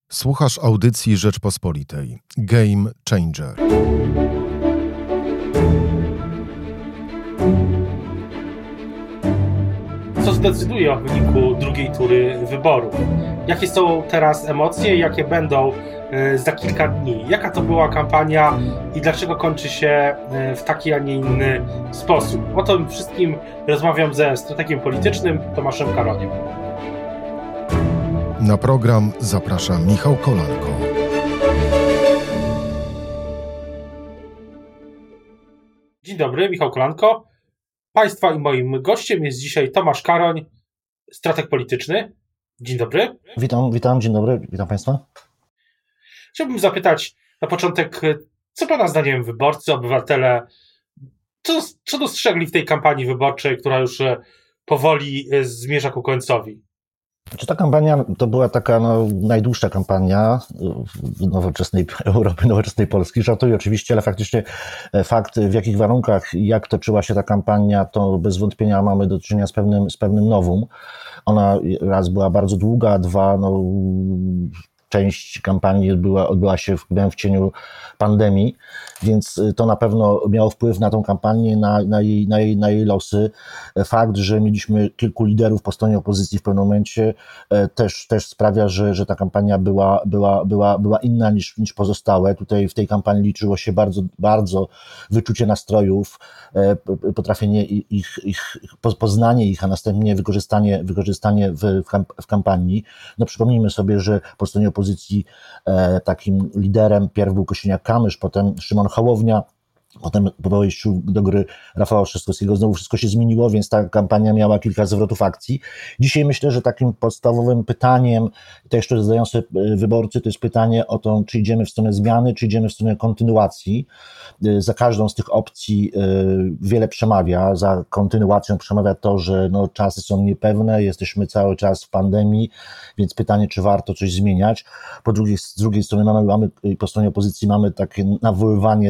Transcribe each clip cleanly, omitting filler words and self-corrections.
Słuchasz audycji Rzeczpospolitej. Game Changer. Co zdecyduje o wyniku drugiej tury wyborów? Jakie są teraz emocje, jakie będą za kilka dni? Jaka to była kampania i dlaczego kończy się w taki, a nie inny sposób? O tym wszystkim rozmawiam ze strategiem politycznym Tomaszem Karoniem. Na program zaprasza Michał Kolanko. Dzień dobry, Michał Kolanko. Państwa i moim gościem jest dzisiaj Tomasz Karoń, strateg polityczny. Dzień dobry. Witam, dzień dobry, witam Państwa. Chciałbym zapytać na początek, co Pana zdaniem wyborcy, obywatele, co dostrzegli w tej kampanii wyborczej, która już powoli zmierza ku końcowi? Ta kampania to była taka najdłuższa kampania nowoczesnej Europy, nowoczesnej Polski. Żartuję oczywiście, ale faktycznie fakt, w jakich warunkach i jak toczyła się ta kampania, to bez wątpienia mamy do czynienia z pewnym novum. Ona raz była bardzo długa, dwa, część kampanii odbyła się w cieniu pandemii, więc to na pewno miało wpływ na tą kampanię, na jej losy. Fakt, że mieliśmy kilku liderów po stronie opozycji w pewnym momencie też sprawia, że ta kampania była inna niż pozostałe. Tutaj w tej kampanii liczyło się bardzo, bardzo wyczucie nastrojów, potrafienie poznanie ich, a następnie wykorzystanie w kampanii. Przypomnijmy sobie, że po stronie opozycji takim liderem pierw był Kosiniak-Kamysz, potem Szymon Hołownia, potem po wejściu do gry Rafała Trzaskowskiego znowu wszystko się zmieniło, więc ta kampania miała kilka zwrotów akcji. Dzisiaj myślę, że takim podstawowym pytaniem, to jeszcze zadają sobie wyborcy, to jest pytanie o to, czy idziemy w stronę zmiany, czy idziemy w stronę kontynuacji. Za każdą z tych opcji wiele przemawia. Za kontynuacją przemawia to, że czasy są niepewne, jesteśmy cały czas w pandemii, więc pytanie, czy warto coś zmieniać. Z drugiej strony mamy po stronie opozycji mamy takie nawoływanie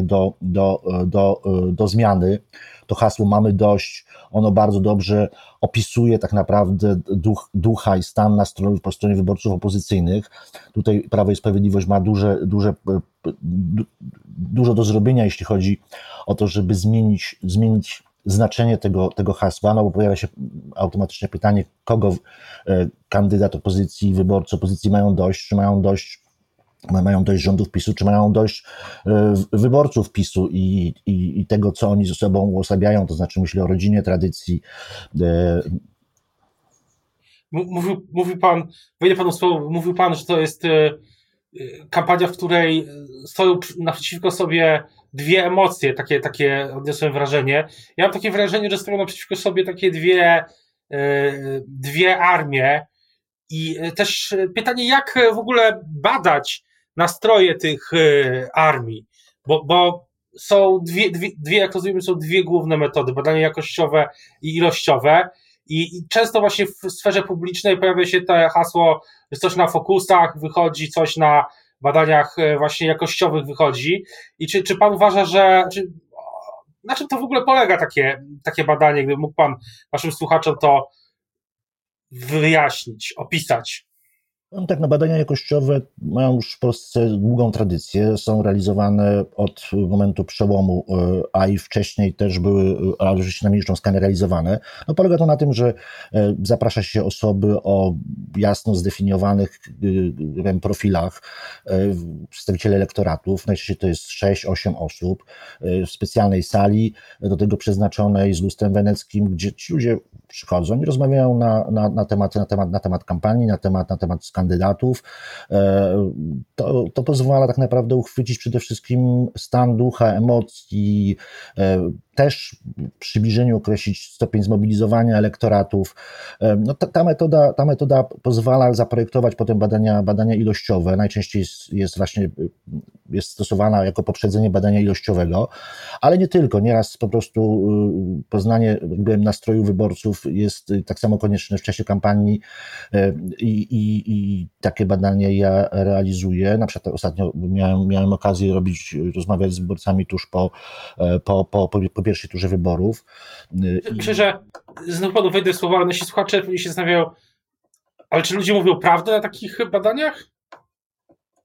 do zmiany. To hasło "mamy dość", ono bardzo dobrze opisuje tak naprawdę ducha i stan nastrojów po stronie wyborców opozycyjnych. Tutaj Prawo i Sprawiedliwość ma dużo do zrobienia, jeśli chodzi o to, żeby zmienić znaczenie tego hasła, bo pojawia się automatycznie pytanie, kogo kandydat opozycji, wyborcy opozycji mają dość, czy mają dość rządów PiS-u, czy mają dość wyborców PiS-u i tego, co oni ze sobą uosabiają, to znaczy myślę o rodzinie, tradycji. Mówił pan, wejdę panu słowo, mówił pan, że to jest kampania, w której stoją naprzeciwko sobie dwie emocje, takie odniosłem wrażenie. Ja mam takie wrażenie, że stoją naprzeciwko sobie takie dwie armie i też pytanie, jak w ogóle badać nastroje tych armii, bo są dwie, jak rozumiem, są dwie główne metody, badania jakościowe i ilościowe i często właśnie w sferze publicznej pojawia się to hasło, że coś na fokusach wychodzi, coś na badaniach właśnie jakościowych wychodzi i czy pan uważa, na czym to w ogóle polega takie badanie, gdyby mógł pan naszym słuchaczom to wyjaśnić, opisać? Badania jakościowe mają już w Polsce długą tradycję, są realizowane od momentu przełomu, a i wcześniej też były, ale oczywiście na mniejszą skalę realizowane. Polega to na tym, że zaprasza się osoby o jasno zdefiniowanych profilach, przedstawiciele elektoratów, najczęściej to jest 6-8 osób, w specjalnej sali, do tego przeznaczonej z lustrem weneckim, gdzie ci ludzie przychodzą i rozmawiają na temat kampanii, na temat kandydatów. To pozwala tak naprawdę uchwycić przede wszystkim stan ducha, emocji, też w przybliżeniu określić stopień zmobilizowania elektoratów. Ta metoda pozwala zaprojektować potem badania ilościowe. Najczęściej jest stosowana jako poprzedzenie badania ilościowego, ale nie tylko. Nieraz po prostu poznanie nastroju wyborców jest tak samo konieczne w czasie kampanii i takie badanie ja realizuję. Na przykład ostatnio miałem okazję rozmawiać z wyborcami tuż po pierwszej turze wyborów. Myślę, że znów panu wejdę w słowa, ale nasi słuchacze pewnie się zastanawiają, ale czy ludzie mówią prawdę na takich badaniach?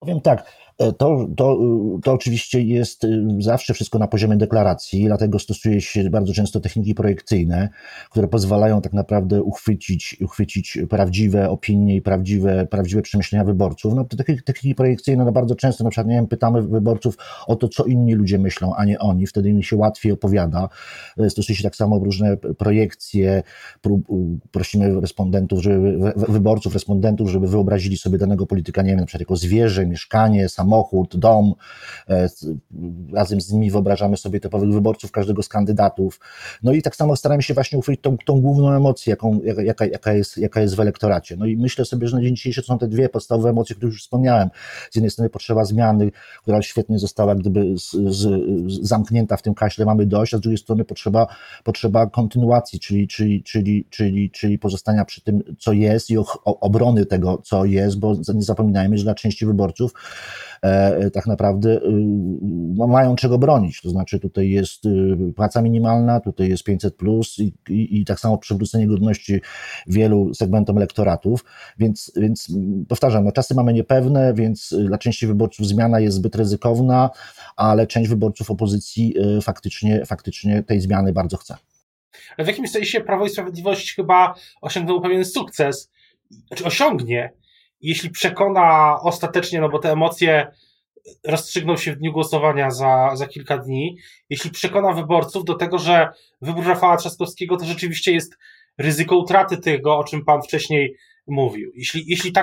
Powiem tak, to oczywiście jest zawsze wszystko na poziomie deklaracji, dlatego stosuje się bardzo często techniki projekcyjne, które pozwalają tak naprawdę uchwycić prawdziwe opinie i prawdziwe przemyślenia wyborców. No, te techniki projekcyjne no, bardzo często, na przykład, nie wiem, pytamy wyborców o to, co inni ludzie myślą, a nie oni, wtedy im się łatwiej opowiada. Stosuje się tak samo różne projekcje, prosimy respondentów, żeby wyobrazili sobie danego polityka, nie wiem, na przykład jako zwierzę, mieszkanie, samochód, dom. Razem z nimi wyobrażamy sobie typowych wyborców każdego z kandydatów. No i tak samo staramy się właśnie uchwycić tą główną emocję, jaka jest w elektoracie. No i myślę sobie, że na dzień dzisiejszy są te dwie podstawowe emocje, o których już wspomniałem. Z jednej strony potrzeba zmiany, która świetnie została gdyby zamknięta w tym kaśle mamy dość, a z drugiej strony potrzeba kontynuacji, czyli pozostania przy tym, co jest i obrony tego, co jest, bo nie zapominajmy, że dla części wyborców tak naprawdę no, mają czego bronić, to znaczy tutaj jest płaca minimalna, tutaj jest 500+, i tak samo przywrócenie godności wielu segmentom elektoratów, więc powtarzam, no, czasy mamy niepewne, więc dla części wyborców zmiana jest zbyt ryzykowna, ale część wyborców opozycji faktycznie tej zmiany bardzo chce. Ale w jakimś sensie Prawo i Sprawiedliwość chyba osiągnęło pewien sukces, znaczy osiągnie, jeśli przekona ostatecznie, no bo te emocje rozstrzygną się w dniu głosowania za kilka dni, jeśli przekona wyborców do tego, że wybór Rafała Trzaskowskiego to rzeczywiście jest ryzyko utraty tego, o czym pan wcześniej mówił. Jeśli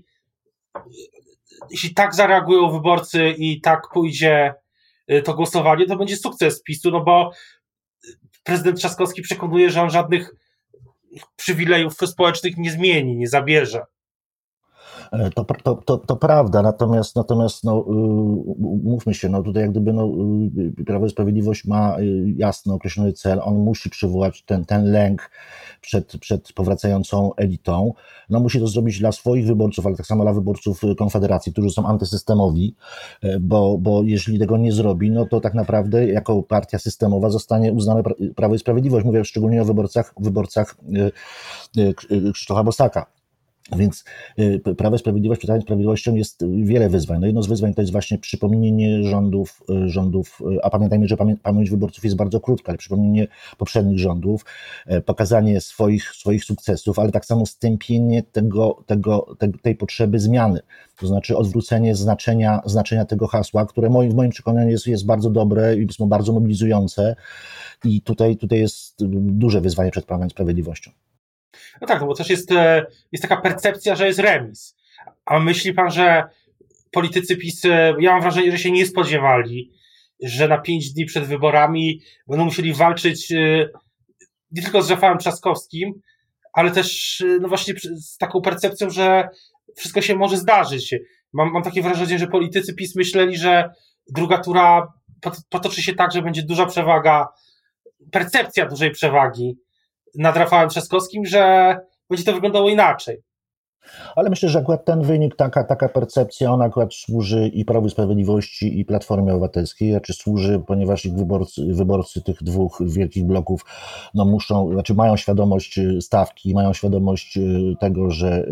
tak zareagują wyborcy i tak pójdzie to głosowanie, to będzie sukces PiS-u, no bo prezydent Trzaskowski przekonuje, że on żadnych przywilejów społecznych nie zmieni, nie zabierze. To prawda, natomiast no, mówmy się, no tutaj jak gdyby no, Prawo i Sprawiedliwość ma jasno określony cel, on musi przywołać ten lęk przed powracającą elitą, no musi to zrobić dla swoich wyborców, ale tak samo dla wyborców Konfederacji, którzy są antysystemowi, bo jeżeli tego nie zrobi, no to tak naprawdę jako partia systemowa zostanie uznane Prawo i Sprawiedliwość, mówię szczególnie o wyborcach Krzysztofa Bosaka. Więc Prawo i Sprawiedliwość, przed Sprawiedliwością jest wiele wyzwań. No jedno z wyzwań to jest właśnie przypomnienie rządów, a pamiętajmy, że pamięć wyborców jest bardzo krótka, ale przypomnienie poprzednich rządów, pokazanie swoich sukcesów, ale tak samo stępienie tej potrzeby zmiany. To znaczy odwrócenie znaczenia tego hasła, które w moim przekonaniu jest bardzo dobre i są bardzo mobilizujące, i tutaj jest duże wyzwanie przed Prawem i Sprawiedliwością. No tak, no bo też jest taka percepcja, że jest remis. A myśli pan, że politycy PiS, ja mam wrażenie, że się nie spodziewali, że na 5 dni przed wyborami będą musieli walczyć nie tylko z Rafałem Trzaskowskim, ale też no właśnie z taką percepcją, że wszystko się może zdarzyć. Mam takie wrażenie, że politycy PiS myśleli, że druga tura potoczy się tak, że będzie duża przewaga, percepcja dużej przewagi nad Rafałem Trzaskowskim, że będzie to wyglądało inaczej. Ale myślę, że akurat ten wynik, taka percepcja, ona akurat służy i Prawu i Sprawiedliwości, i Platformie Obywatelskiej, znaczy służy, ponieważ ich wyborcy tych dwóch wielkich bloków no mają świadomość stawki, mają świadomość tego, że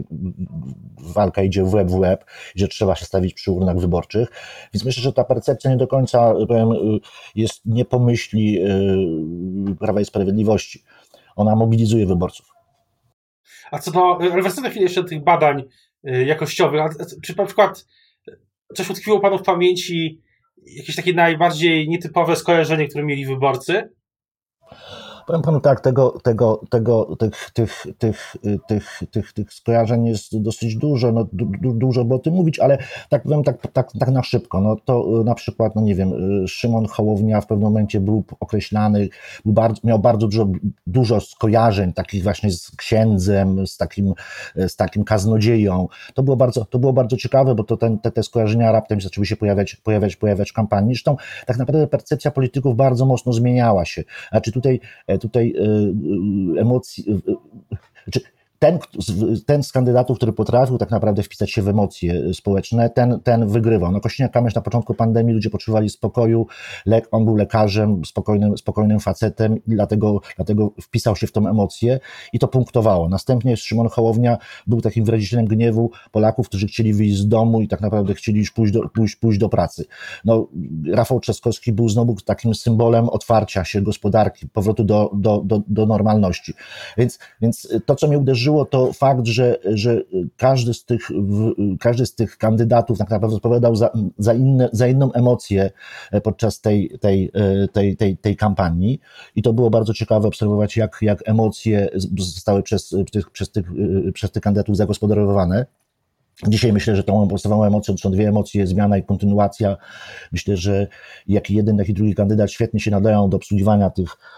walka idzie w łeb, że trzeba się stawić przy urnach wyborczych. Więc myślę, że ta percepcja nie do końca, jest nie po myśli Prawa i Sprawiedliwości. Ona mobilizuje wyborców. A co do, ale wracamy na chwilę jeszcze do tych badań jakościowych, czy na przykład coś utkwiło panu w pamięci, jakieś takie najbardziej nietypowe skojarzenie, które mieli wyborcy? Powiem panu tak, tych skojarzeń jest dosyć dużo, no dużo by o tym mówić, ale tak powiem tak na szybko, no to na przykład, no nie wiem, Szymon Hołownia w pewnym momencie był określany, miał bardzo dużo skojarzeń takich właśnie z księdzem, z takim kaznodzieją. To było bardzo ciekawe, bo to te skojarzenia raptem zaczęły się pojawiać w kampanii. Zresztą tak naprawdę percepcja polityków bardzo mocno zmieniała się. Znaczy tutaj emocji, ten z kandydatów, który potrafił tak naprawdę wpisać się w emocje społeczne, ten wygrywał. No Kosiniak-Kamysz na początku pandemii ludzie potrzebowali spokoju, on był lekarzem, spokojnym facetem i dlatego wpisał się w tą emocję i to punktowało. Następnie Szymon Hołownia był takim wyrazicielem gniewu Polaków, którzy chcieli wyjść z domu i tak naprawdę chcieli już pójść do pracy. No, Rafał Trzaskowski był znowu takim symbolem otwarcia się gospodarki, powrotu do normalności. Więc to, co mnie uderzyło, to fakt, że każdy z tych kandydatów tak naprawdę odpowiadał za inną emocję podczas tej kampanii i to było bardzo ciekawe obserwować, jak emocje zostały przez tych kandydatów zagospodarowane. Dzisiaj myślę, że tą podstawową emocją są dwie emocje, zmiana i kontynuacja. Myślę, że jak jeden, jak i drugi kandydat świetnie się nadają do obsługiwania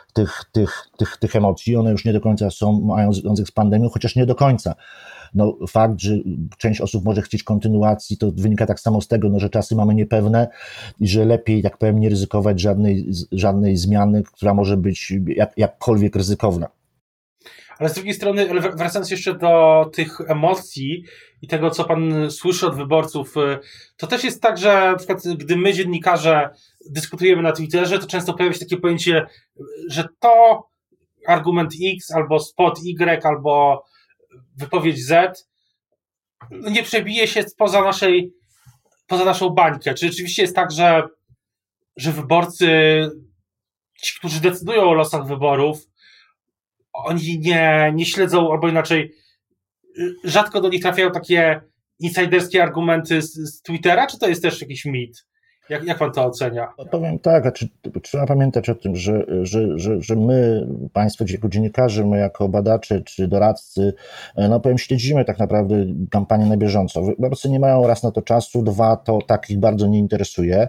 tych emocji. One już nie do końca mają związek z pandemią, chociaż nie do końca. No, fakt, że część osób może chcieć kontynuacji, to wynika tak samo z tego, no, że czasy mamy niepewne i że lepiej, jak powiem, nie ryzykować żadnej zmiany, która może być jakkolwiek ryzykowna. Ale z drugiej strony, wracając jeszcze do tych emocji i tego, co pan słyszy od wyborców, to też jest tak, że na przykład gdy my, dziennikarze, dyskutujemy na Twitterze, to często pojawia się takie pojęcie, że to argument X, albo spot Y, albo wypowiedź Z nie przebije się poza naszą bańkę. Czy rzeczywiście jest tak, że wyborcy, ci, którzy decydują o losach wyborów, oni nie śledzą, albo inaczej, rzadko do nich trafiają takie insiderskie argumenty z Twittera, czy to jest też jakiś mit? Jak pan to ocenia? No, powiem tak, trzeba pamiętać o tym, że my, państwo jako dziennikarze, my jako badacze czy doradcy, no powiem, śledzimy tak naprawdę kampanię na bieżąco. Wyborcy nie mają raz na to czasu, dwa, to tak ich bardzo nie interesuje.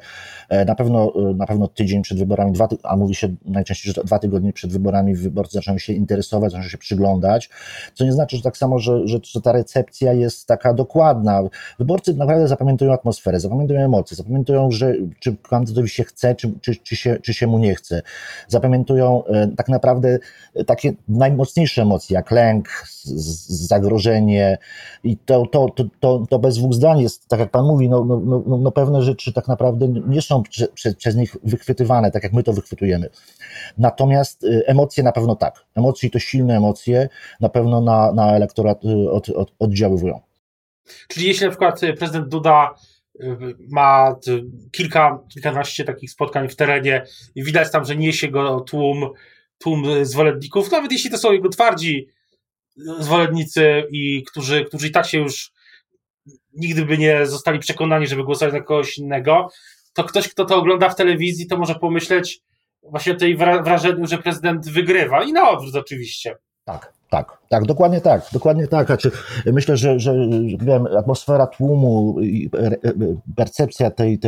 Na pewno tydzień przed wyborami, a mówi się najczęściej, że 2 tygodnie przed wyborami wyborcy zaczynają się interesować, zaczynają się przyglądać, co nie znaczy, że tak samo, że ta recepcja jest taka dokładna. Wyborcy naprawdę zapamiętują atmosferę, zapamiętują emocje, zapamiętują, czy kandydatowi się chce, czy się mu nie chce. Zapamiętują tak naprawdę takie najmocniejsze emocje, jak lęk, zagrożenie i to bez dwóch zdań jest, tak jak pan mówi, no pewne rzeczy tak naprawdę nie są przez nich wychwytywane, tak jak my to wychwytujemy. Natomiast emocje na pewno tak. Emocje, to silne emocje, na pewno na elektorat oddziaływują. Czyli jeśli na przykład prezydent Duda ma kilkanaście takich spotkań w terenie i widać tam, że niesie go tłum zwolenników, nawet jeśli to są jego twardzi zwolennicy i którzy i tak się już nigdy by nie zostali przekonani, żeby głosować na kogoś innego, to ktoś, kto to ogląda w telewizji, to może pomyśleć właśnie o tej wrażeniu, że prezydent wygrywa i na odwrót oczywiście. Tak, dokładnie tak. Myślę, że wiem, atmosfera tłumu, percepcja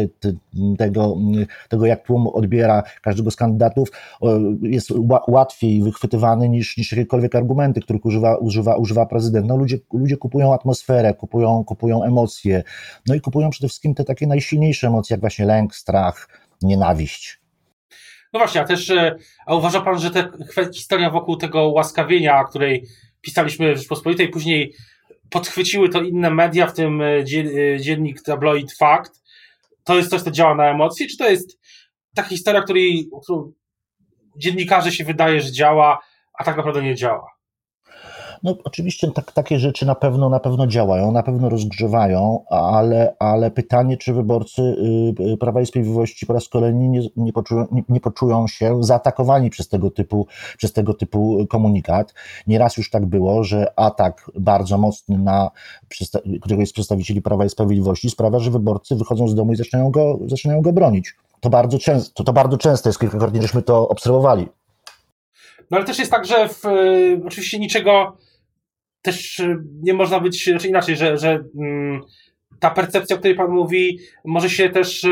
tego, jak tłum odbiera każdego z kandydatów, jest łatwiej wychwytywany niż jakiekolwiek argumenty, których używa prezydent. No, ludzie kupują atmosferę, kupują emocje, no i kupują przede wszystkim te takie najsilniejsze emocje, jak właśnie lęk, strach, nienawiść. No właśnie, a uważa pan, że historia wokół tego ułaskawienia, o której pisaliśmy w Rzeczpospolitej, później podchwyciły to inne media, w tym dziennik tabloid Fakt, to jest coś, co działa na emocje, czy to jest taka historia, którą dziennikarze się wydaje, że działa, a tak naprawdę nie działa? No oczywiście takie rzeczy na pewno działają, na pewno rozgrzewają, ale pytanie, czy wyborcy Prawa i Sprawiedliwości po raz kolejny nie poczują się zaatakowani przez tego typu komunikat. Nieraz już tak było, że atak bardzo mocny na któregoś z przedstawicieli Prawa i Sprawiedliwości sprawia, że wyborcy wychodzą z domu i zaczynają go bronić. To bardzo często jest, kilkakrotnie żeśmy to obserwowali. No ale też jest tak, że oczywiście niczego też nie można być inaczej, że ta percepcja, o której pan mówi, może się też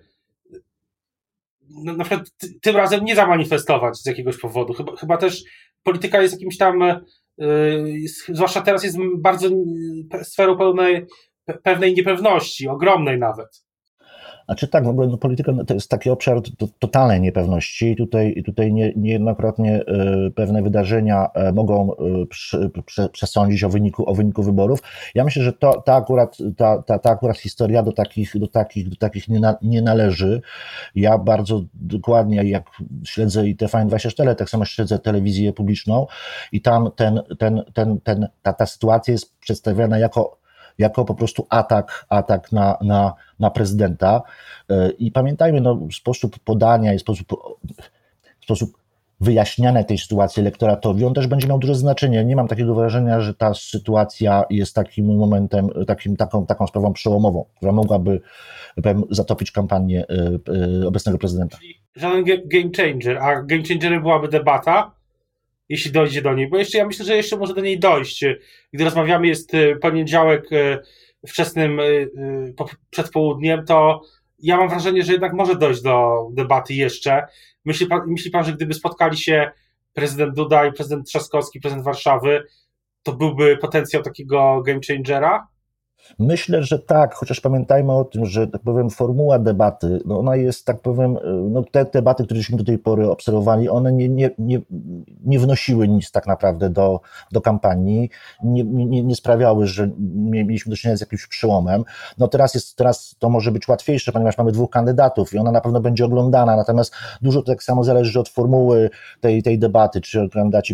na przykład tym razem nie zamanifestować z jakiegoś powodu. Chyba też polityka jest jakimś tam, zwłaszcza teraz jest bardzo sferą pewnej niepewności, ogromnej nawet. Znaczy tak, w ogóle no, polityka to jest taki obszar totalnej niepewności i tutaj niejednokrotnie pewne wydarzenia mogą przesądzić o wyniku wyborów. Ja myślę, że ta akurat historia do takich nie należy. Ja bardzo dokładnie, jak śledzę i TVN24, tak samo śledzę telewizję publiczną i tam ta sytuacja jest przedstawiana jako po prostu atak na prezydenta. I pamiętajmy, no, sposób podania i sposób wyjaśniania tej sytuacji elektoratowi, on też będzie miał duże znaczenie. Nie mam takiego wrażenia, że ta sytuacja jest takim momentem, taką sprawą przełomową, która mogłaby zatopić kampanię obecnego prezydenta. Czyli żaden game changer, a game changerem byłaby debata, jeśli dojdzie do niej, bo ja myślę, że jeszcze może do niej dojść. Gdy rozmawiamy, jest poniedziałek wczesnym przed południem, to ja mam wrażenie, że jednak może dojść do debaty jeszcze. Myśli pan, że gdyby spotkali się prezydent Duda i prezydent Trzaskowski, prezydent Warszawy, to byłby potencjał takiego game changera? Myślę, że tak, chociaż pamiętajmy o tym, że tak powiem formuła debaty, no ona jest tak powiem, no te debaty, któreśmy do tej pory obserwowali, one nie wnosiły nic tak naprawdę do kampanii, nie sprawiały, że mieliśmy do czynienia z jakimś przełomem. No teraz to może być łatwiejsze, ponieważ mamy dwóch kandydatów i ona na pewno będzie oglądana, natomiast dużo to tak samo zależy od formuły tej debaty, czy kandydaci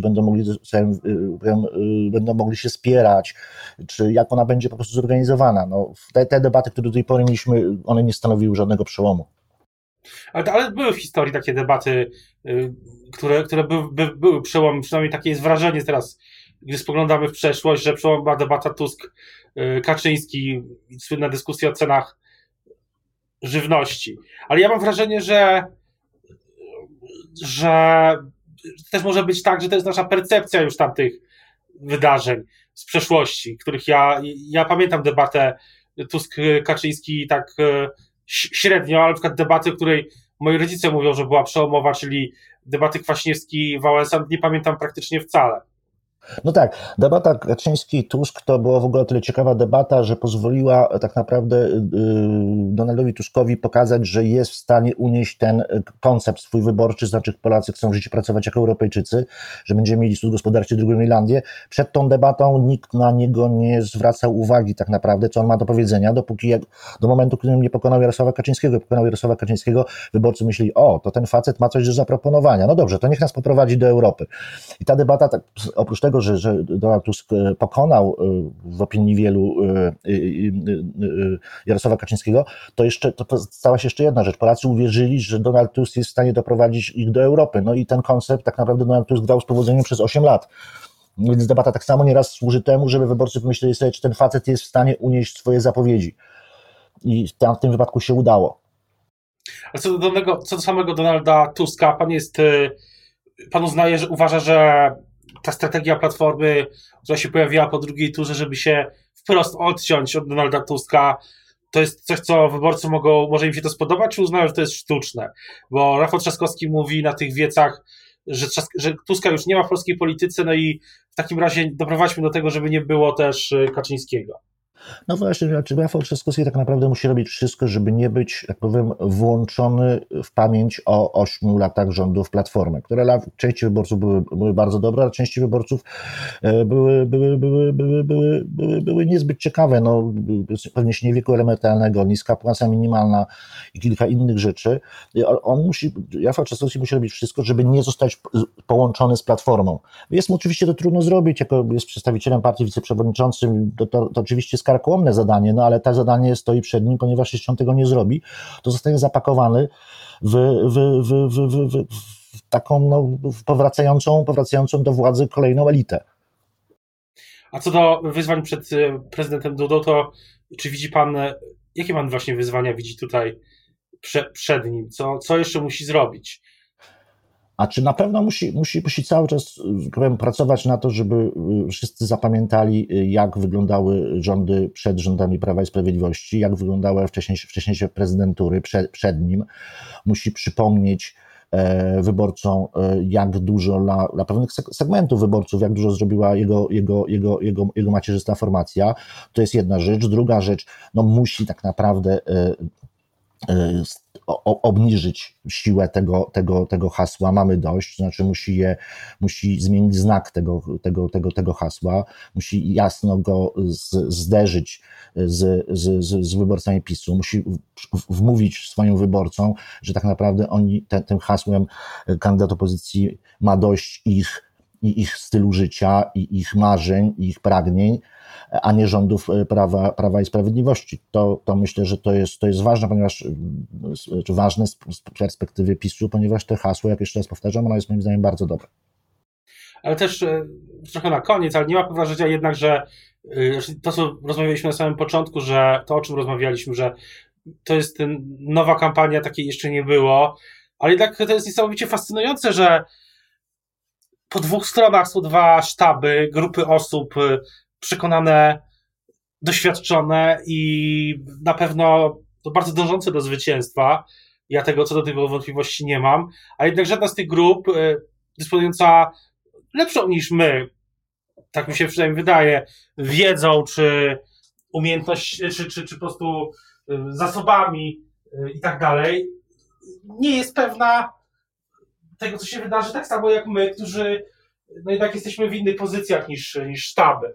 będą mogli się spierać, czy jak ona będzie po prostu zorganizowana. No, te debaty, które do tej pory mieliśmy, one nie stanowiły żadnego przełomu. Ale były w historii takie debaty, które były przełomem, przynajmniej takie jest wrażenie teraz, gdy spoglądamy w przeszłość, że przełom była debata Tusk-Kaczyński, słynna dyskusja o cenach żywności. Ale ja mam wrażenie, że też może być tak, że to jest nasza percepcja już tamtych wydarzeń z przeszłości, których ja pamiętam debatę Tusk-Kaczyński tak średnio, ale na przykład debaty, której moi rodzice mówią, że była przełomowa, czyli debaty Kwaśniewski-Wałęsa, nie pamiętam praktycznie wcale. No tak, debata Kaczyński-Tusk to była w ogóle tyle ciekawa debata, że pozwoliła tak naprawdę Donaldowi Tuskowi pokazać, że jest w stanie unieść ten koncept swój wyborczy, znaczy Polacy chcą żyć i pracować jako Europejczycy, że będziemy mieli stód gospodarczy drugą Irlandię. Przed tą debatą nikt na niego nie zwracał uwagi tak naprawdę, co on ma do powiedzenia, do momentu, w którym nie pokonał Jarosława Kaczyńskiego, wyborcy myśleli, to ten facet ma coś do zaproponowania. No dobrze, to niech nas poprowadzi do Europy. I ta debata, tak, oprócz tego, że Donald Tusk pokonał w opinii wielu Jarosława Kaczyńskiego, to stała się jeszcze jedna rzecz. Polacy uwierzyli, że Donald Tusk jest w stanie doprowadzić ich do Europy. No i ten koncept tak naprawdę Donald Tusk dał z powodzeniem przez 8 lat. Więc debata tak samo nieraz służy temu, żeby wyborcy pomyśleli sobie, czy ten facet jest w stanie unieść swoje zapowiedzi. I w tym wypadku się udało. A co do samego Donalda Tuska, pan uważa, że ta strategia Platformy, która się pojawiła po drugiej turze, żeby się wprost odciąć od Donalda Tuska, to jest coś, co wyborcy może im się to spodobać, czy uznają, że to jest sztuczne? Bo Rafał Trzaskowski mówi na tych wiecach, że Tuska już nie ma w polskiej polityce, no i w takim razie doprowadźmy do tego, żeby nie było też Kaczyńskiego. No właśnie, Rafał Trzaskowski tak naprawdę musi robić wszystko, żeby nie być, jak powiem, włączony w pamięć o 8 latach rządów Platformy, które dla części wyborców były bardzo dobre, a części wyborców były niezbyt ciekawe. No, podniesienie wieku emerytalnego, niska płaca minimalna i kilka innych rzeczy. Rafał Trzaskowski musi robić wszystko, żeby nie zostać połączony z Platformą. Jest mu oczywiście to trudno zrobić, jako jest przedstawicielem partii, wiceprzewodniczącym, to oczywiście jest karkołomne zadanie, no ale to zadanie stoi przed nim, ponieważ jeśli on tego nie zrobi, to zostanie zapakowany w taką powracającą do władzy kolejną elitę. A co do wyzwań przed prezydentem Dudą, to czy widzi pan, jakie pan właśnie wyzwania widzi tutaj przed nim? Co jeszcze musi zrobić? A czy na pewno musi cały czas pracować na to, żeby wszyscy zapamiętali, jak wyglądały rządy przed rządami Prawa i Sprawiedliwości, jak wyglądały wcześniejsze prezydentury przed nim. Musi przypomnieć wyborcom, jak dużo dla pewnych segmentów wyborców, jak dużo zrobiła jego macierzysta formacja. To jest jedna rzecz. Druga rzecz, musi tak naprawdę obniżyć siłę tego hasła, mamy dość, to znaczy musi zmienić znak tego hasła, musi jasno go zderzyć z wyborcami PiS-u, musi wmówić swoim wyborcom, że tak naprawdę oni tym hasłem kandydat opozycji ma dość ich stylu życia, i ich marzeń, i ich pragnień, a nie rządów Prawa i Sprawiedliwości. To myślę, że to jest ważne, ważne z perspektywy PiS-u, ponieważ to hasło, jak jeszcze raz powtarzam, ono jest moim zdaniem bardzo dobre. Ale też trochę na koniec, ale nie ma wrażenia jednak, że to, co rozmawialiśmy na samym początku, że to, o czym rozmawialiśmy, że to jest nowa kampania, takiej jeszcze nie było, ale jednak to jest niesamowicie fascynujące, że po dwóch stronach są dwa sztaby, grupy osób przekonane, doświadczone i na pewno to bardzo dążące do zwycięstwa. Ja co do tego wątpliwości nie mam, a jednak żadna z tych grup dysponująca lepszą niż my, tak mi się przynajmniej wydaje, wiedzą, czy umiejętność, czy po prostu zasobami i tak dalej, nie jest pewna tego, co się wydarzy, tak samo jak my, którzy no jednak jesteśmy w innych pozycjach niż sztaby.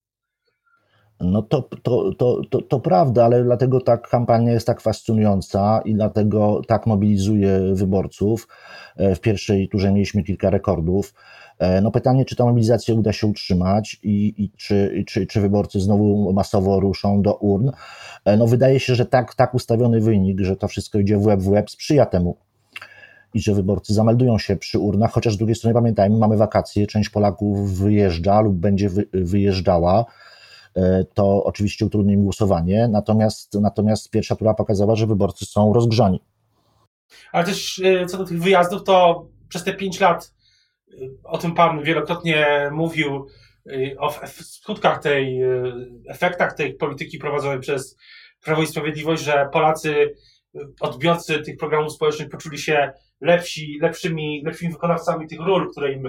No to prawda, ale dlatego ta kampania jest tak fascynująca i dlatego tak mobilizuje wyborców. W pierwszej turze mieliśmy kilka rekordów. No pytanie, czy ta mobilizacja uda się utrzymać i czy wyborcy znowu masowo ruszą do urn. No wydaje się, że tak ustawiony wynik, że to wszystko idzie w łeb sprzyja temu i że wyborcy zameldują się przy urnach, chociaż z drugiej strony pamiętajmy, mamy wakacje, część Polaków wyjeżdża lub będzie wyjeżdżała. To oczywiście utrudni im głosowanie, natomiast pierwsza tura pokazała, że wyborcy są rozgrzani. Ale też co do tych wyjazdów, to przez te 5 lat, o tym pan wielokrotnie mówił, o skutkach efektach tej polityki prowadzonej przez Prawo i Sprawiedliwość, że Polacy, odbiorcy tych programów społecznych poczuli się lepszymi wykonawcami tych ról,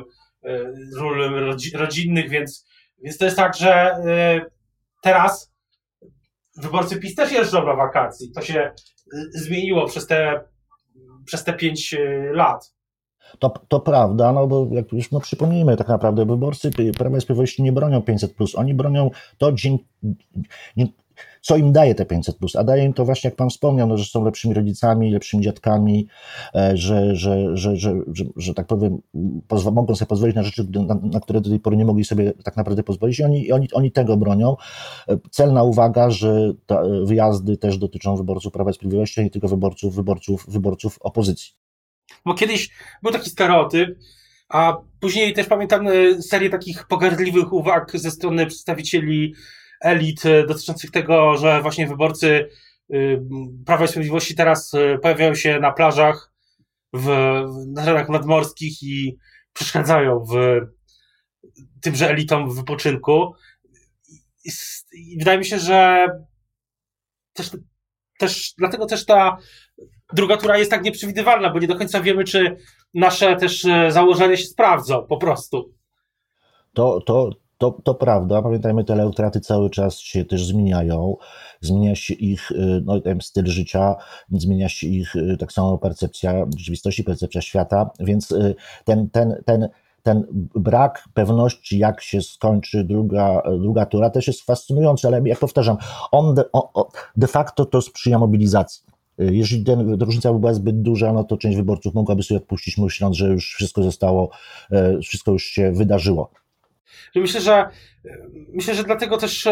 ról rodzinnych, więc to jest tak, że teraz wyborcy PiS też jeżdżą na wakacji. To się zmieniło przez te 5 lat. To prawda, no bo jak już przypomnijmy, tak naprawdę wyborcy Prawa i Sprawiedliwości nie bronią 500+, oni bronią to, co im daje te 500+, a daje im to właśnie, jak pan wspomniał, no, że są lepszymi rodzicami, lepszymi dziadkami, że tak powiem, mogą sobie pozwolić na rzeczy, na które do tej pory nie mogli sobie tak naprawdę pozwolić i oni tego bronią. Celna uwaga, że wyjazdy też dotyczą wyborców Prawa i Sprawiedliwości, a nie tylko wyborców opozycji. Bo kiedyś był taki stereotyp, a później też pamiętam serię takich pogardliwych uwag ze strony przedstawicieli elit dotyczących tego, że właśnie wyborcy Prawa i Sprawiedliwości teraz pojawiają się na plażach na terenach nadmorskich i przeszkadzają tymże elitom w wypoczynku. I wydaje mi się, że dlatego też ta druga tura jest tak nieprzewidywalna, bo nie do końca wiemy, czy nasze też założenia się sprawdzą, po prostu. To prawda, pamiętajmy, te elektoraty cały czas się też zmienia się ich styl życia, zmienia się ich tak samo percepcja rzeczywistości, percepcja świata, więc ten brak pewności, jak się skończy druga tura, też jest fascynujący, ale jak powtarzam, de facto to sprzyja mobilizacji. Jeżeli różnica by była zbyt duża, no to część wyborców mogłaby sobie odpuścić, myśląc, że już wszystko już się wydarzyło. Myślę, że dlatego też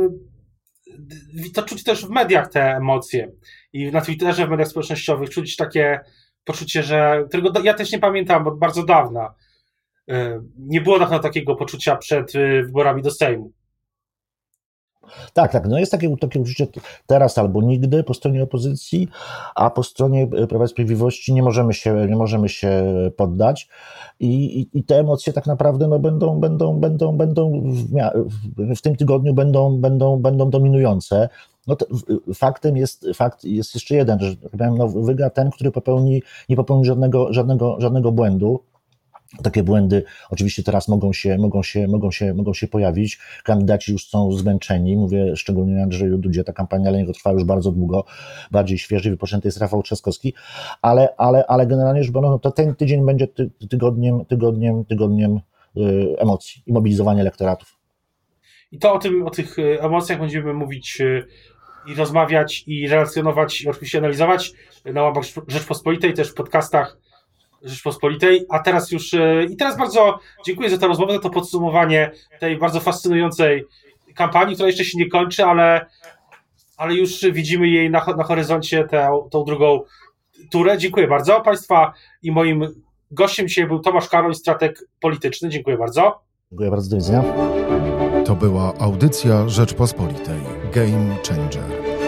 to czuć też w mediach te emocje i na Twitterze, w mediach społecznościowych czuć takie poczucie, którego ja też nie pamiętam od bardzo dawna. Nie było takiego poczucia przed wyborami do Sejmu. Tak, no jest takie uczucie teraz albo nigdy po stronie opozycji, a po stronie Prawa i Sprawiedliwości nie możemy się poddać i te emocje tak naprawdę no będą w tym tygodniu będą dominujące. No fakt jest jeszcze jeden, że wygra ten, który nie popełni żadnego błędu. Takie błędy oczywiście teraz mogą się pojawić. Kandydaci już są zmęczeni. Mówię szczególnie o Andrzeju Dudzie. Ta kampania dla niego trwa już bardzo długo. Bardziej świeży, wypoczęty jest Rafał Trzaskowski. Ale generalnie rzecz biorąc, to ten tydzień będzie tygodniem emocji i mobilizowania elektoratów. I to o tych emocjach będziemy mówić i rozmawiać, i relacjonować, i oczywiście analizować na łamach Rzeczpospolitej, też w podcastach Rzeczpospolitej. A teraz teraz bardzo dziękuję za tę rozmowę, za to podsumowanie tej bardzo fascynującej kampanii, która jeszcze się nie kończy, ale już widzimy jej na horyzoncie tą drugą turę. Dziękuję bardzo. Państwa i moim gościem dzisiaj był Tomasz Karoń, strateg polityczny. Dziękuję bardzo. Dziękuję bardzo, do widzenia. To była audycja Rzeczpospolitej. Game Changer.